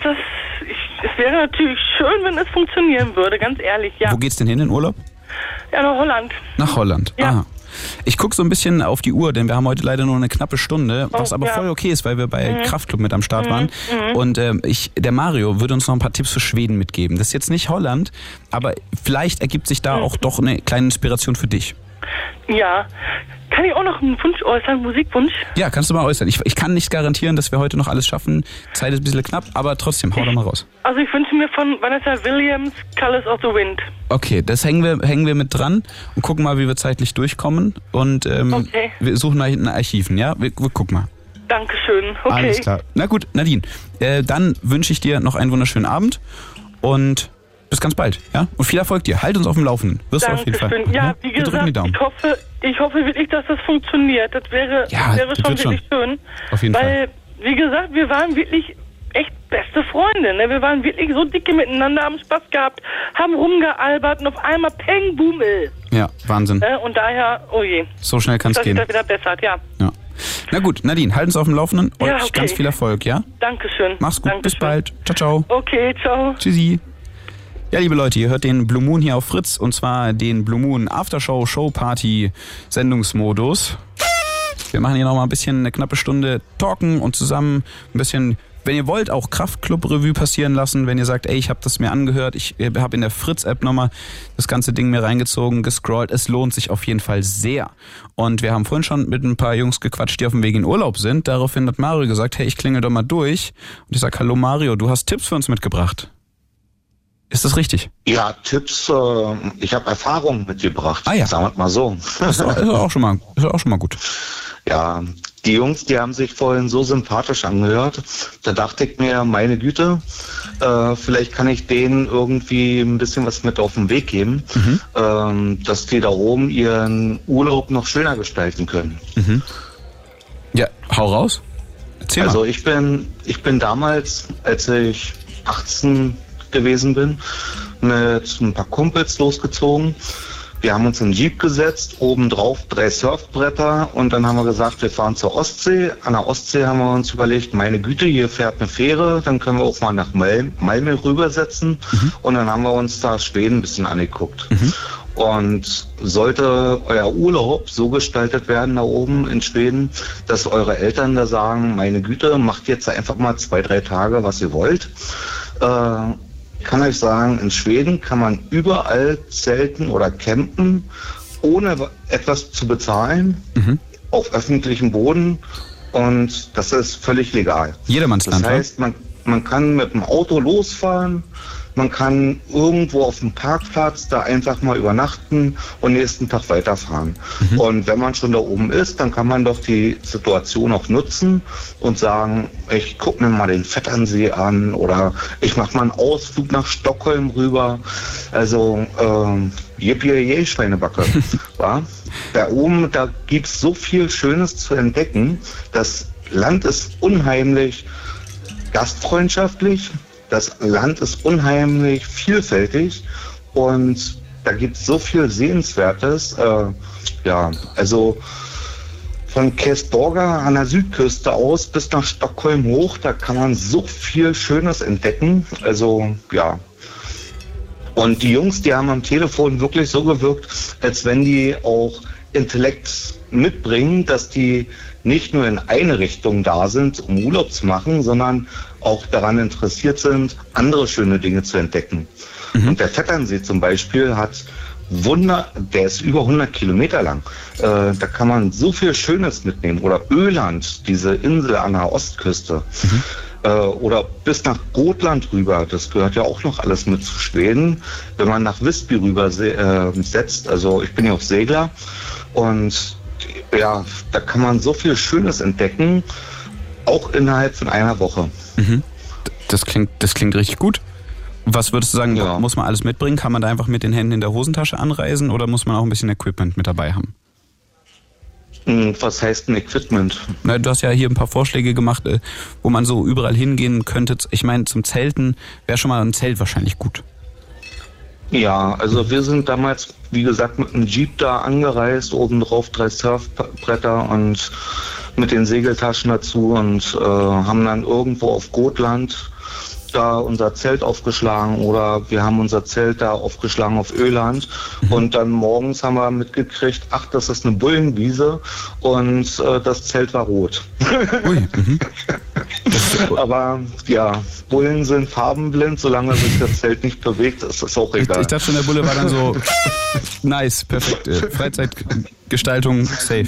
wäre natürlich schön, wenn es funktionieren würde, ganz ehrlich, ja. Wo geht's denn hin in Urlaub? Ja, nach Holland. Nach Holland, ja. Ich gucke so ein bisschen auf die Uhr, denn wir haben heute leider nur eine knappe Stunde, was aber voll okay ist, weil wir bei Kraftklub mit am Start waren. Und der Mario würde uns noch ein paar Tipps für Schweden mitgeben. Das ist jetzt nicht Holland, aber vielleicht ergibt sich da auch doch eine kleine Inspiration für dich. Ja. Kann ich auch noch einen Wunsch äußern, Musikwunsch? Ja, kannst du mal äußern. Ich kann nicht garantieren, dass wir heute noch alles schaffen. Zeit ist ein bisschen knapp, aber trotzdem, hau doch mal raus. Also ich wünsche mir von Vanessa Williams Colors of the Wind. Okay, das hängen wir mit dran und gucken mal, wie wir zeitlich durchkommen. Und wir suchen mal hinten Archiven, ja? Wir gucken mal. Dankeschön, okay. Alles klar. Na gut, Nadine, dann wünsche ich dir noch einen wunderschönen Abend und bis ganz bald, ja? Und viel Erfolg dir. Halt uns auf dem Laufenden. Wirst du auf jeden Fall. Ja, wie gesagt, ich hoffe wirklich, dass das funktioniert. Das wäre schon wirklich schön. Auf jeden Fall. Weil, wie gesagt, wir waren wirklich echt beste Freunde. Ne? Wir waren wirklich so dicke miteinander, haben Spaß gehabt, haben rumgealbert und auf einmal Peng, Boomel. Ja, Wahnsinn. Und daher, oh je. So schnell kann es gehen. Das wieder bessert, ja. Na gut, Nadine, halt uns auf dem Laufenden und ganz viel Erfolg, ja? Dankeschön. Mach's gut, bis bald. Ciao, ciao. Okay, ciao. Tschüssi. Ja, liebe Leute, ihr hört den Blue Moon hier auf Fritz und zwar den Blue Moon Aftershow Show Party Sendungsmodus. Wir machen hier noch mal ein bisschen eine knappe Stunde talken und zusammen ein bisschen, wenn ihr wollt, auch Kraftklub-Revue passieren lassen. Wenn ihr sagt, ey, ich habe das mir angehört, ich habe in der Fritz-App nochmal das ganze Ding mir reingezogen, gescrollt. Es lohnt sich auf jeden Fall sehr. Und wir haben vorhin schon mit ein paar Jungs gequatscht, die auf dem Weg in Urlaub sind. Daraufhin hat Mario gesagt, hey, ich klingel doch mal durch. Und ich sag, hallo Mario, du hast Tipps für uns mitgebracht. Ist das richtig? Ja, Tipps, ich habe Erfahrungen mitgebracht. Ah ja. Sagen wir mal so. Ist auch schon mal gut. Ja, die Jungs, die haben sich vorhin so sympathisch angehört. Da dachte ich mir, meine Güte, vielleicht kann ich denen irgendwie ein bisschen was mit auf den Weg geben, dass die da oben ihren Urlaub noch schöner gestalten können. Mhm. Ja, hau raus. Erzähl mal. Also ich bin damals, als ich 18 gewesen bin, mit ein paar Kumpels losgezogen. Wir haben uns in den Jeep gesetzt, obendrauf 3 Surfbretter und dann haben wir gesagt, wir fahren zur Ostsee. An der Ostsee haben wir uns überlegt, meine Güte, hier fährt eine Fähre, dann können wir auch mal nach Malmö rübersetzen und dann haben wir uns da Schweden ein bisschen angeguckt. Und sollte euer Urlaub so gestaltet werden da oben in Schweden, dass eure Eltern da sagen, meine Güte, macht jetzt einfach mal 2-3 Tage, was ihr wollt, kann euch sagen, in Schweden kann man überall zelten oder campen, ohne etwas zu bezahlen, auf öffentlichem Boden und das ist völlig legal. Jedermannsland. Das heißt, man kann mit dem Auto losfahren, man kann irgendwo auf dem Parkplatz da einfach mal übernachten und nächsten Tag weiterfahren. Und wenn man schon da oben ist, dann kann man doch die Situation auch nutzen und sagen, ich gucke mir mal den Vetternsee an oder ich mache mal einen Ausflug nach Stockholm rüber. Also yippie Schweinebacke. Da oben, da gibt es so viel Schönes zu entdecken. Das Land ist unheimlich gastfreundschaftlich. Das Land ist unheimlich vielfältig und da gibt es so viel Sehenswertes. Also von Käsborga an der Südküste aus bis nach Stockholm hoch, da kann man so viel Schönes entdecken. Also ja, Und die Jungs, die haben am Telefon wirklich so gewirkt, als wenn die auch Intellekt mitbringen, dass die nicht nur in eine Richtung da sind, um Urlaub zu machen, sondern auch daran interessiert sind, andere schöne Dinge zu entdecken. Und der Vetternsee zum Beispiel der ist über 100 Kilometer lang. Da kann man so viel Schönes mitnehmen. Oder Öland, diese Insel an der Ostküste. Oder bis nach Gotland rüber, das gehört ja auch noch alles mit zu Schweden. Wenn man nach Visby rüber setzt, also ich bin ja auch Segler und ja, da kann man so viel Schönes entdecken, auch innerhalb von einer Woche. Das klingt richtig gut. Was würdest du sagen, muss man alles mitbringen? Kann man da einfach mit den Händen in der Hosentasche anreisen oder muss man auch ein bisschen Equipment mit dabei haben? Was heißt ein Equipment? Na, du hast ja hier ein paar Vorschläge gemacht, wo man so überall hingehen könnte. Ich meine, zum Zelten wäre schon mal ein Zelt wahrscheinlich gut. Ja, also wir sind damals, wie gesagt, mit einem Jeep da angereist, oben drauf 3 Surfbretter und mit den Segeltaschen dazu und haben dann irgendwo auf Gotland da unser Zelt aufgeschlagen oder wir haben unser Zelt da aufgeschlagen auf Öland und dann morgens haben wir mitgekriegt, ach, das ist eine Bullenwiese und das Zelt war rot. Ui, Aber ja, Bullen sind farbenblind, solange sich das Zelt nicht bewegt, ist das auch egal. Ich dachte schon, der Bulle war dann so nice, perfekt, Freizeitgestaltung, safe.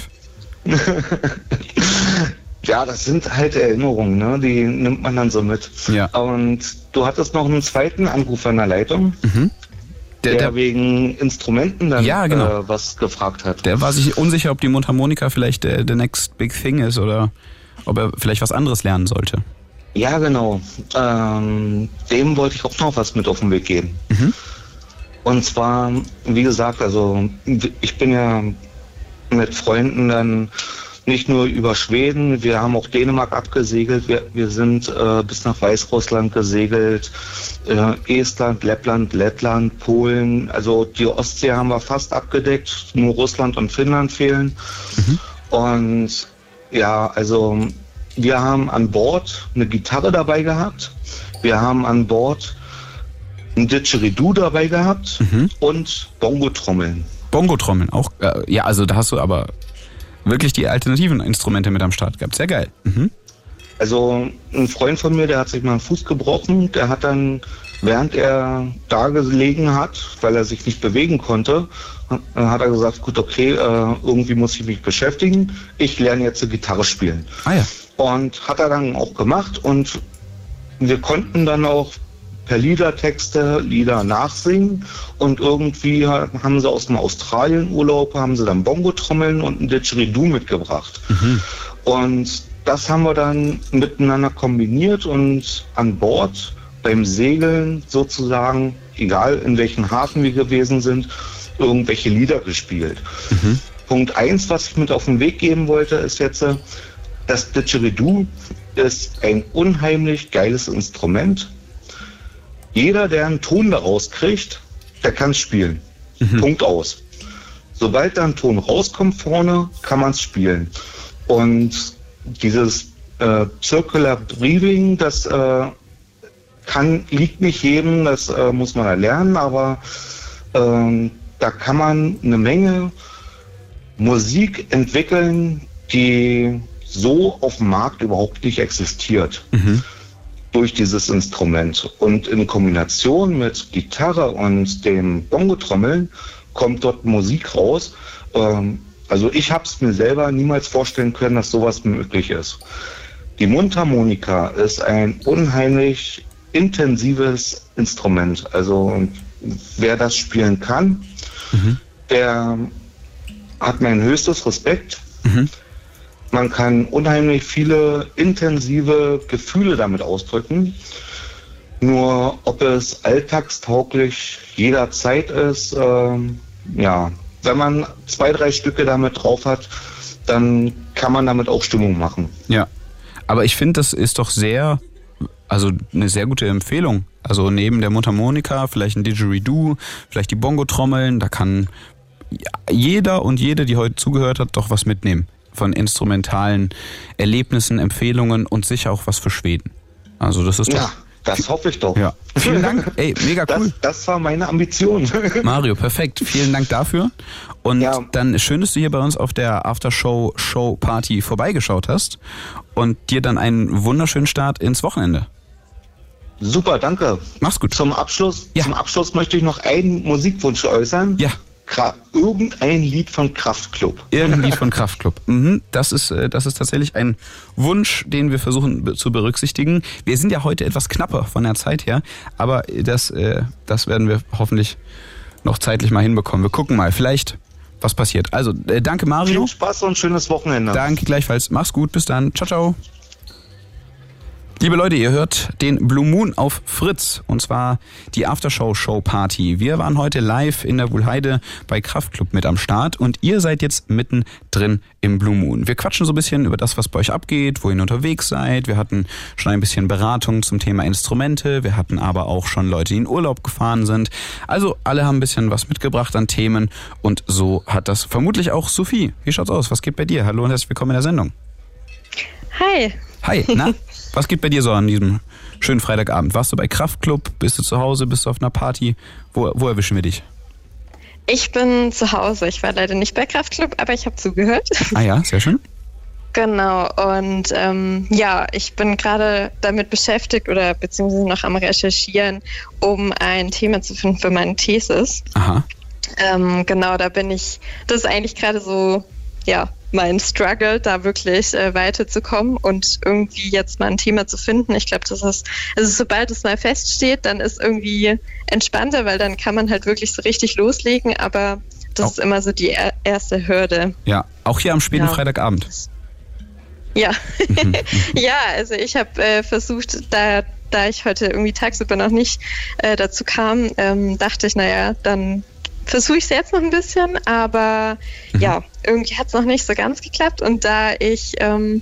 Ja, das sind halt Erinnerungen, ne? Die nimmt man dann so mit. Ja. Und du hattest noch einen zweiten Anruf an der Leitung, der wegen Instrumenten dann was gefragt hat. Der war sich unsicher, ob die Mundharmonika vielleicht der next big thing ist oder ob er vielleicht was anderes lernen sollte. Ja, genau. Dem wollte ich auch noch was mit auf den Weg geben. Und zwar, wie gesagt, also ich bin ja mit Freunden dann nicht nur über Schweden, wir haben auch Dänemark abgesegelt, wir sind bis nach Weißrussland gesegelt, Estland, Lettland, Polen, also die Ostsee haben wir fast abgedeckt, nur Russland und Finnland fehlen. Und ja, also wir haben an Bord eine Gitarre dabei gehabt, wir haben an Bord ein Didgeridoo dabei gehabt und Bongotrommeln. Bongotrommeln auch? Ja, also da hast du aber wirklich die alternativen Instrumente mit am Start gehabt. Sehr geil. Also ein Freund von mir, der hat sich mal einen Fuß gebrochen. Der hat dann, während er da gelegen hat, weil er sich nicht bewegen konnte, hat er gesagt, gut, okay, irgendwie muss ich mich beschäftigen. Ich lerne jetzt die Gitarre spielen. Ah ja. Und hat er dann auch gemacht und wir konnten dann auch per Liedertexte Lieder nachsingen und irgendwie haben sie aus dem Australien-Urlaub, haben sie dann Bongotrommeln und ein Didgeridoo mitgebracht. Und das haben wir dann miteinander kombiniert und an Bord beim Segeln sozusagen, egal in welchem Hafen wir gewesen sind, irgendwelche Lieder gespielt. Punkt 1, was ich mit auf den Weg geben wollte, ist jetzt, das Didgeridoo ist ein unheimlich geiles Instrument. Jeder, der einen Ton daraus kriegt, der kann es spielen. Punkt aus. Sobald da ein Ton rauskommt vorne, kann man es spielen. Und dieses Circular Breathing, das liegt nicht jedem, das muss man erlernen, aber da kann man eine Menge Musik entwickeln, die so auf dem Markt überhaupt nicht existiert. Durch dieses Instrument. Und in Kombination mit Gitarre und dem Bongotrommeln kommt dort Musik raus. Also ich habe es mir selber niemals vorstellen können, dass sowas möglich ist. Die Mundharmonika ist ein unheimlich intensives Instrument. Also wer das spielen kann, der hat mein höchstes Respekt. Man kann unheimlich viele intensive Gefühle damit ausdrücken. Nur ob es alltagstauglich jederzeit ist, ja, wenn man 2, 3 Stücke damit drauf hat, dann kann man damit auch Stimmung machen. Ja, aber ich finde, das ist doch also eine sehr gute Empfehlung. Also neben der Mundharmonika vielleicht ein Didgeridoo, vielleicht die Bongotrommeln, da kann jeder und jede, die heute zugehört hat, doch was mitnehmen. Von instrumentalen Erlebnissen, Empfehlungen und sicher auch was für Schweden. Also das ist Das hoffe ich doch. Ja. Vielen Dank. Ey, mega cool. Das war meine Ambition. Mario, perfekt. Vielen Dank dafür. Und dann schön, dass du hier bei uns auf der Aftershow-Party vorbeigeschaut hast und dir dann einen wunderschönen Start ins Wochenende. Super, danke. Mach's gut. Zum Abschluss möchte ich noch einen Musikwunsch äußern. Ja. Irgendein Lied von Kraftklub. Irgendein Lied von Kraftklub. Das ist tatsächlich ein Wunsch, den wir versuchen zu berücksichtigen. Wir sind ja heute etwas knapper von der Zeit her, aber das werden wir hoffentlich noch zeitlich mal hinbekommen. Wir gucken mal, vielleicht was passiert. Also, danke Mario. Viel Spaß und schönes Wochenende. Danke gleichfalls. Mach's gut, bis dann. Ciao, ciao. Liebe Leute, ihr hört den Blue Moon auf Fritz und zwar die Aftershow-Show-Party. Wir waren heute live in der Wuhlheide bei Kraftklub mit am Start und ihr seid jetzt mittendrin im Blue Moon. Wir quatschen so ein bisschen über das, was bei euch abgeht, wohin ihr unterwegs seid. Wir hatten schon ein bisschen Beratung zum Thema Instrumente. Wir hatten aber auch schon Leute, die in Urlaub gefahren sind. Also alle haben ein bisschen was mitgebracht an Themen und so hat das vermutlich auch Sophie. Wie schaut's aus? Was geht bei dir? Hallo und herzlich willkommen in der Sendung. Hi. Hi, na? Was geht bei dir so an diesem schönen Freitagabend? Warst du bei Kraftklub? Bist du zu Hause? Bist du auf einer Party? Wo erwischen wir dich? Ich bin zu Hause. Ich war leider nicht bei Kraftklub, aber ich habe zugehört. Ah ja, sehr schön. Genau. Und ich bin gerade damit beschäftigt oder beziehungsweise noch am Recherchieren, um ein Thema zu finden für meine Thesis. Aha. Genau, das ist eigentlich gerade so, mein Struggle, da wirklich weiterzukommen und irgendwie jetzt mal ein Thema zu finden. Ich glaube, sobald es mal feststeht, dann ist irgendwie entspannter, weil dann kann man halt wirklich so richtig loslegen, aber das ist immer so die erste Hürde. Ja, auch hier am späten Freitagabend. Ja, ja, also ich habe versucht, da ich heute irgendwie tagsüber noch nicht dazu kam, dachte ich, dann versuche ich es jetzt noch ein bisschen, aber irgendwie hat es noch nicht so ganz geklappt. Und da ich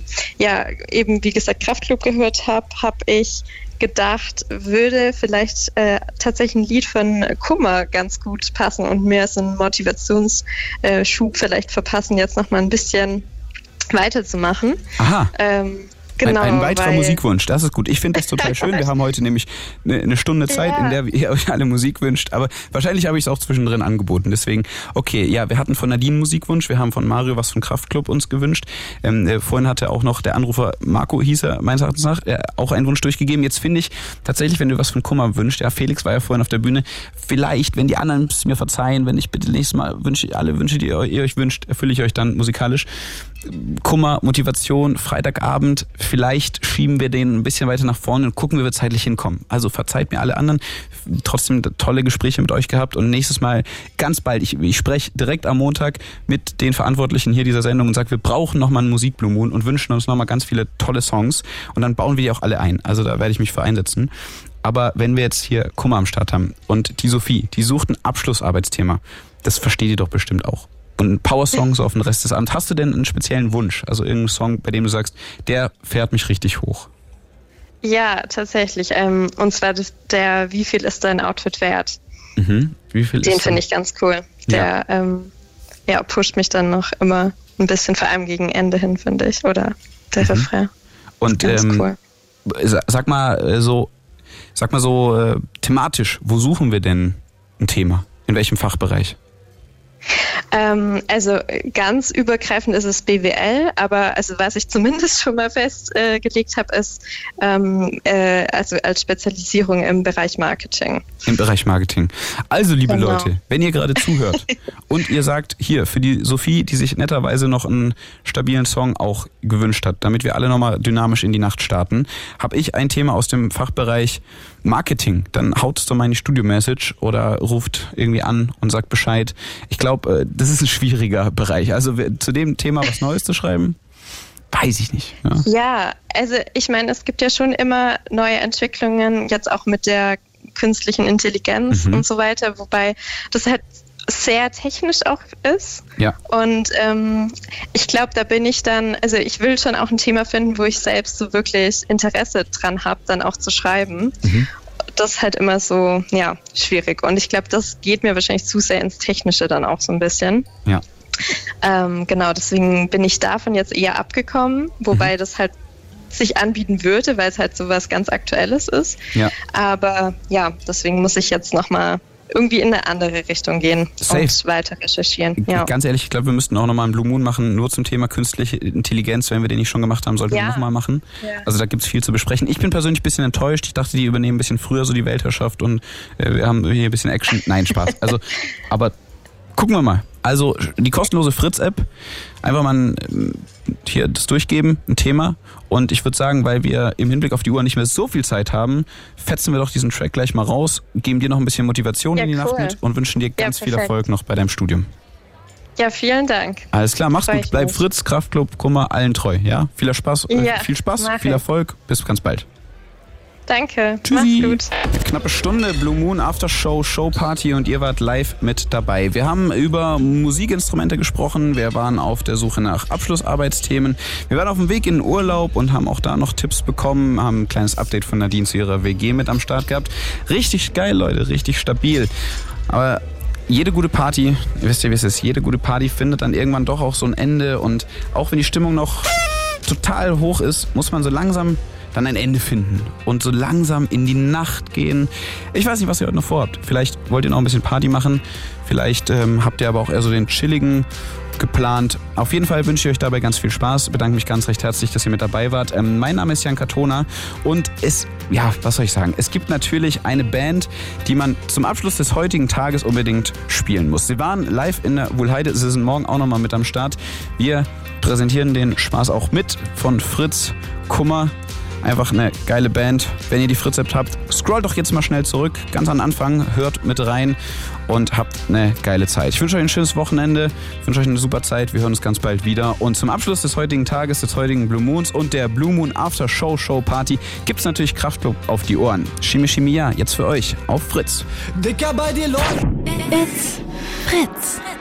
eben, wie gesagt, Kraftklub gehört habe, habe ich gedacht, würde vielleicht tatsächlich ein Lied von Kummer ganz gut passen und mir so einen Motivationsschub vielleicht verpassen, jetzt noch mal ein bisschen weiterzumachen. Aha. Genau, ein weiterer Musikwunsch, das ist gut. Ich finde das total schön. Wir haben heute nämlich eine Stunde Zeit, in der ihr euch alle Musik wünscht. Aber wahrscheinlich habe ich es auch zwischendrin angeboten. Deswegen, okay, ja, wir hatten von Nadine Musikwunsch. Wir haben von Mario was von Kraftklub uns gewünscht. Vorhin hatte auch noch der Anrufer Marco, hieß er, meines Erachtens nach, auch einen Wunsch durchgegeben. Jetzt finde ich tatsächlich, wenn du was von Kummer wünscht, Felix war ja vorhin auf der Bühne, vielleicht, wenn die anderen es mir verzeihen, wenn ich bitte nächstes Mal alle Wünsche, die ihr euch wünscht, erfülle ich euch dann musikalisch. Kummer, Motivation, Freitagabend, vielleicht schieben wir den ein bisschen weiter nach vorne und gucken, wie wir zeitlich hinkommen. Also verzeiht mir alle anderen, trotzdem tolle Gespräche mit euch gehabt und nächstes Mal ganz bald, ich spreche direkt am Montag mit den Verantwortlichen hier dieser Sendung und sage, wir brauchen nochmal einen Musik-Blue Moon und wünschen uns nochmal ganz viele tolle Songs und dann bauen wir die auch alle ein. Also da werde ich mich für einsetzen. Aber wenn wir jetzt hier Kummer am Start haben und die Sophie, die sucht ein Abschlussarbeitsthema, das versteht ihr doch bestimmt auch. Und ein Power-Song so auf den Rest des Abends. Hast du denn einen speziellen Wunsch? Also irgendeinen Song, bei dem du sagst, der fährt mich richtig hoch? Ja, tatsächlich. Und zwar der Wie viel ist dein Outfit wert? Wie viel Den finde ich ganz cool. Der pusht mich dann noch immer ein bisschen, vor allem gegen Ende hin, finde ich. Oder der Refrain. Und cool. Sag mal so thematisch, wo suchen wir denn ein Thema? In welchem Fachbereich? Also ganz übergreifend ist es BWL, aber also was ich zumindest schon mal festgelegt habe, ist also als Spezialisierung im Bereich Marketing. Im Bereich Marketing. Also liebe Leute, wenn ihr gerade zuhört und ihr sagt, hier für die Sophie, die sich netterweise noch einen stabilen Song auch gewünscht hat, damit wir alle nochmal dynamisch in die Nacht starten, habe ich ein Thema aus dem Fachbereich Marketing. Dann haut es doch mal in die Studio-Message oder ruft irgendwie an und sagt Bescheid. Ich glaube, das ist ein schwieriger Bereich. Also zu dem Thema was Neues zu schreiben, weiß ich nicht. Ja, also ich meine, es gibt ja schon immer neue Entwicklungen, jetzt auch mit der künstlichen Intelligenz und so weiter, wobei das halt sehr technisch auch ist. Ja. Und ich glaube, da bin ich dann, also ich will schon auch ein Thema finden, wo ich selbst so wirklich Interesse dran habe, dann auch zu schreiben. Das ist halt immer so, schwierig. Und ich glaube, das geht mir wahrscheinlich zu sehr ins Technische dann auch so ein bisschen. Ja. Genau, deswegen bin ich davon jetzt eher abgekommen, wobei das halt sich anbieten würde, weil es halt so was ganz Aktuelles ist. Ja. Aber ja, deswegen muss ich jetzt nochmal irgendwie in eine andere Richtung gehen und weiter recherchieren. Ja. Ganz ehrlich, ich glaube, wir müssten auch nochmal einen Blue Moon machen, nur zum Thema künstliche Intelligenz. Wenn wir den nicht schon gemacht haben, sollten wir nochmal machen. Ja. Also da gibt es viel zu besprechen. Ich bin persönlich ein bisschen enttäuscht. Ich dachte, die übernehmen ein bisschen früher so die Weltherrschaft und wir haben hier ein bisschen Action. Nein, Spaß. Also, aber gucken wir mal. Also die kostenlose Fritz-App, einfach mal hier das durchgeben, ein Thema. Und ich würde sagen, weil wir im Hinblick auf die Uhr nicht mehr so viel Zeit haben, fetzen wir doch diesen Track gleich mal raus, geben dir noch ein bisschen Motivation in die Nacht mit und wünschen dir ganz viel Erfolg noch bei deinem Studium. Ja, vielen Dank. Alles klar, mach's gut. Bleib Fritz, Kraftklub, Kummer, allen treu. Ja, viel Spaß, viel Erfolg. Bis ganz bald. Danke. Tschüssi. Mach's gut. Eine knappe Stunde Blue Moon After Show, Showparty und ihr wart live mit dabei. Wir haben über Musikinstrumente gesprochen, wir waren auf der Suche nach Abschlussarbeitsthemen, wir waren auf dem Weg in den Urlaub und haben auch da noch Tipps bekommen, haben ein kleines Update von Nadine zu ihrer WG mit am Start gehabt. Richtig geil, Leute, richtig stabil. Aber jede gute Party, ihr wisst ja, wie es ist, jede gute Party findet dann irgendwann doch auch so ein Ende und auch wenn die Stimmung noch total hoch ist, muss man so langsam dann ein Ende finden und so langsam in die Nacht gehen. Ich weiß nicht, was ihr heute noch vorhabt. Vielleicht wollt ihr noch ein bisschen Party machen. Vielleicht habt ihr aber auch eher so den chilligen geplant. Auf jeden Fall wünsche ich euch dabei ganz viel Spaß. Bedanke mich ganz recht herzlich, dass ihr mit dabei wart. Mein Name ist Jan Katona und was soll ich sagen? Es gibt natürlich eine Band, die man zum Abschluss des heutigen Tages unbedingt spielen muss. Sie waren live in der Wuhlheide. Sie sind morgen auch nochmal mit am Start. Wir präsentieren den Spaß auch mit von Fritz Kummer. Einfach eine geile Band. Wenn ihr die Fritz-App habt, scrollt doch jetzt mal schnell zurück, ganz an den Anfang, hört mit rein und habt eine geile Zeit. Ich wünsche euch ein schönes Wochenende, wünsche euch eine super Zeit. Wir hören uns ganz bald wieder. Und zum Abschluss des heutigen Tages, des heutigen Blue Moons und der Blue Moon After Show Party gibt's natürlich Kraftklub auf die Ohren. Chimie Chimia, jetzt für euch auf Fritz. Dicker bei dir, Leute. It's Fritz.